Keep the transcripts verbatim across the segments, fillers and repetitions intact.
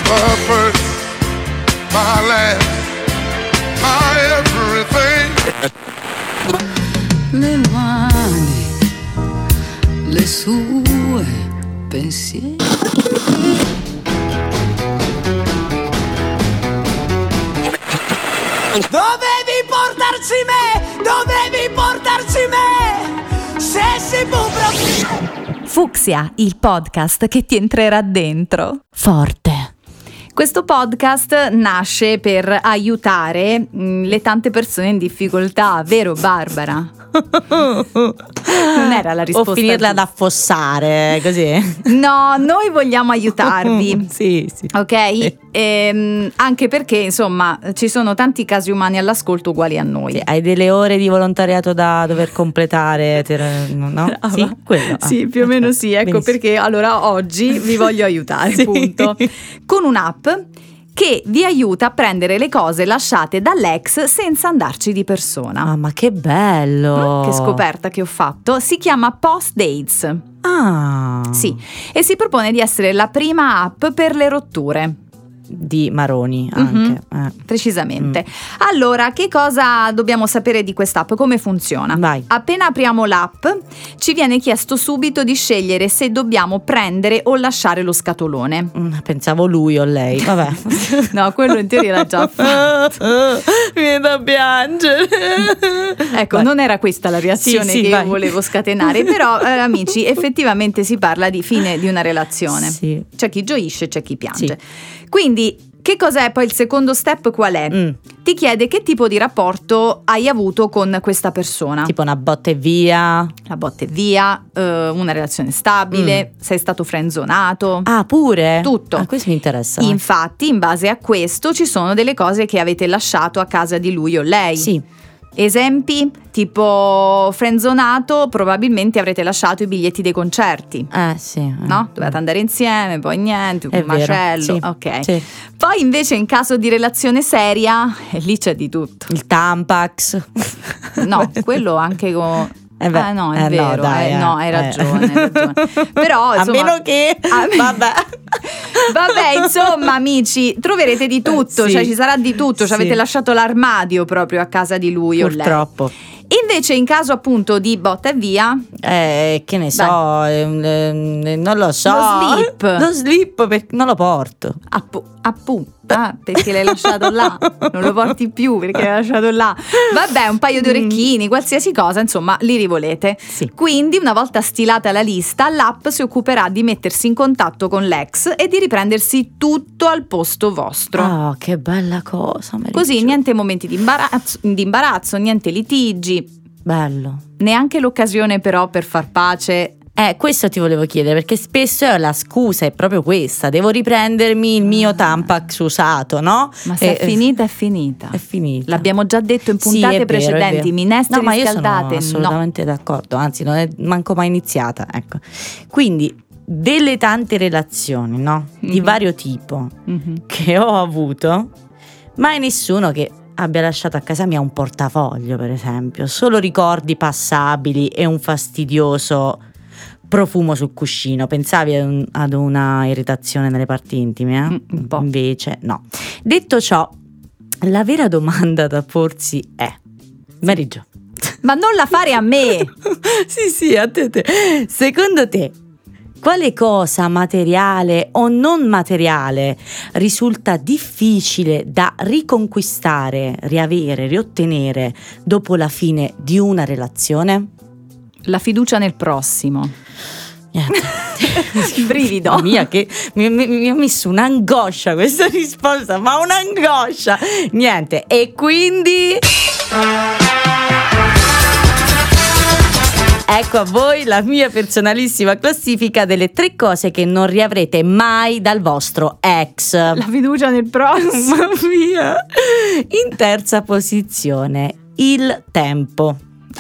my first, my last, my everything. Le mani, le sue pensieri. Dovevi portarci me, dovevi portarci me, se si può proprio. Fucsia, il podcast che ti entrerà dentro. Forte. Questo podcast nasce per aiutare mh, le tante persone in difficoltà, vero Barbara? Non era la risposta. O finirla ad giusta. affossare, così. No, noi vogliamo aiutarvi. Sì, sì. Ok? Ehm, anche perché, insomma, ci sono tanti casi umani all'ascolto uguali a noi. Sì, hai delle ore di volontariato da dover completare, te- no? Ah, Sì, quello. Ah, sì, più o meno sì, ecco benissimo. perché allora oggi vi voglio aiutare, Sì. punto. Con un'app che vi aiuta a prendere le cose lasciate dall'ex senza andarci di persona. Ah, ma che bello! Che scoperta che ho fatto, si chiama Post Dates. Ah, Sì, e si propone di essere la prima app per le rotture. di Maroni anche. Mhm, eh. Precisamente. Allora, che cosa dobbiamo sapere di quest'app? Come funziona? Vai. Appena apriamo l'app, ci viene chiesto subito di scegliere se dobbiamo prendere o lasciare lo scatolone. Mm, Pensavo lui o lei, vabbè. No, quello in teoria l'ha già fatto. Mi viene da piangere. Ecco, Vai. non era questa la reazione Sì, sì, che vai. io volevo scatenare, però eh, amici, effettivamente si parla di fine di una relazione. Sì. C'è chi gioisce, c'è chi piange. Quindi, che cos'è poi il secondo step? Qual è? Mm. Ti chiede che tipo di rapporto hai avuto con questa persona. Tipo una botta e via. La botte via, eh, una relazione stabile, sei stato frenzonato. Ah, pure? Tutto. Ah, questo mi interessa. Infatti, in base a questo ci sono delle cose che avete lasciato a casa di lui o lei. Sì. Esempi? Tipo frenzonato, probabilmente avrete lasciato i biglietti dei concerti. Eh, sì. eh. No? Dovete andare insieme, poi niente, È un vero, macello. sì, Ok. sì. Poi invece in caso di relazione seria, e lì c'è di tutto. Il Tampax. No, quello anche con... Eh beh, Ah, no, è eh, no, vero, dai, eh, eh, no, hai eh. ragione, hai ragione. Però, A insomma, meno che... a me- Vabbè. Vabbè, insomma, amici, troverete di tutto, Sì. cioè ci sarà di tutto, Sì. ci avete lasciato l'armadio proprio a casa di lui o lei. Purtroppo. Invece in caso appunto di botta e via, Eh, che ne so, ehm, ehm, non lo so. Lo slip. Lo slip, perché non lo porto. appu- appunto, ah, perché l'hai lasciato là, non lo porti più perché l'hai lasciato là. Vabbè, un paio di orecchini, qualsiasi cosa, insomma, li rivolete. Sì. Quindi, una volta stilata la lista, l'app si occuperà di mettersi in contatto con l'ex e di riprendersi tutto al posto vostro. Oh, che bella cosa. Mary Così Jo. niente momenti di imbarazzo, di imbarazzo, niente litigi, Bello. neanche l'occasione però per far pace. Eh, questo ti volevo chiedere, perché spesso la scusa è proprio questa: devo riprendermi il mio Tampax usato, no? Ma se E- è finita, è finita. È finita. L'abbiamo già detto in Sì, puntate è vero, è precedenti, vero. minestre No, ma io riscaldate, sono assolutamente d'accordo, anzi non è manco mai iniziata, ecco. Quindi delle tante relazioni, no? Di Mhm. vario tipo no. Mhm. che ho avuto, mai nessuno che abbia lasciato a casa mia un portafoglio, per esempio, solo ricordi passabili e un fastidioso profumo sul cuscino. Pensavi ad, un- ad una irritazione nelle parti intime, eh? Mm, un po'. Invece no. Detto ciò, la vera domanda da porsi è: Mary Jo, Ma non la fare a me! sì sì, a te, te. Secondo te quale cosa materiale o non materiale risulta difficile da riconquistare, riavere, riottenere dopo la fine di una relazione? La fiducia nel prossimo. Niente. Brivido. Mamma mia, che mi, mi- mi ha messo un'angoscia questa risposta, ma un'angoscia. Niente, e quindi ecco a voi la mia personalissima classifica delle tre cose che non riavrete mai dal vostro ex. La fiducia nel prossimo. Mamma mia. In terza posizione, il tempo. Eh,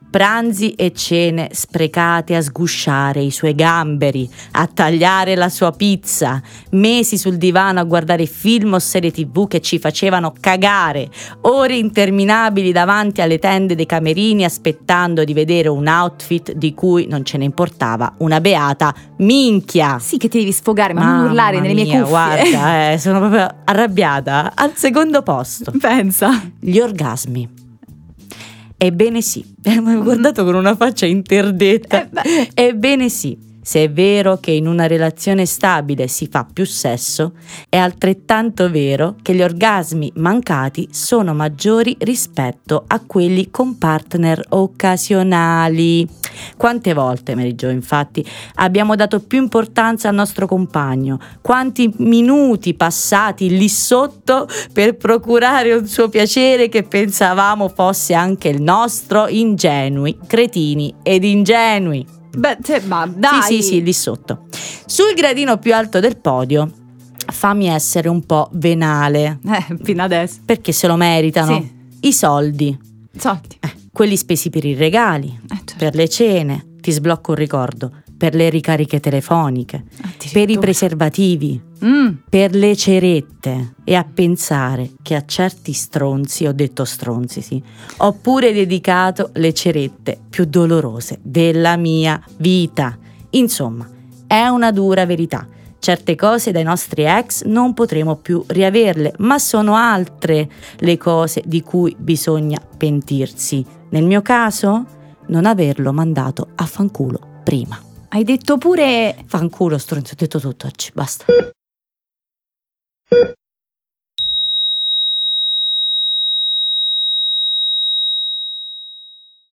Pranzi e cene sprecate a sgusciare i suoi gamberi, a tagliare la sua pizza, mesi sul divano a guardare film o serie tv che ci facevano cagare, ore interminabili davanti alle tende dei camerini aspettando di vedere un outfit di cui non ce ne importava una beata minchia. Sì che ti devi sfogare, ma Mamma non urlare nelle mie mia, cuffie. Guarda, eh, sono proprio arrabbiata. Al secondo posto, Pensa. gli orgasmi. Ebbene sì, mi ho guardato con una faccia interdetta. Eh beh. Ebbene sì, se è vero che in una relazione stabile si fa più sesso, è altrettanto vero che gli orgasmi mancati sono maggiori rispetto a quelli con partner occasionali. Quante volte, Mary Jo, infatti, abbiamo dato più importanza al nostro compagno? Quanti minuti passati lì sotto per procurare un suo piacere che pensavamo fosse anche il nostro? Ingenui, cretini ed ingenui. Beh, te, ma dai. Sì, sì, sì, lì sotto. Sul gradino più alto del podio, fammi essere un po' venale. Eh, fino adesso. Perché se lo meritano. Sì. I soldi. Soldi. Eh, quelli spesi per i regali, Eh, certo. per le cene, ti sblocco un ricordo, per le ricariche telefoniche, Addirittura. per i preservativi, Mm. per le cerette. E a pensare che a certi stronzi, ho detto stronzi, sì, ho pure dedicato le cerette più dolorose della mia vita. Insomma, è una dura verità. Certe cose dai nostri ex non potremo più riaverle, ma sono altre le cose di cui bisogna pentirsi. Nel mio caso, non averlo mandato a fanculo prima. Hai detto pure Fanculo, stronzo, ho detto tutto oggi, basta.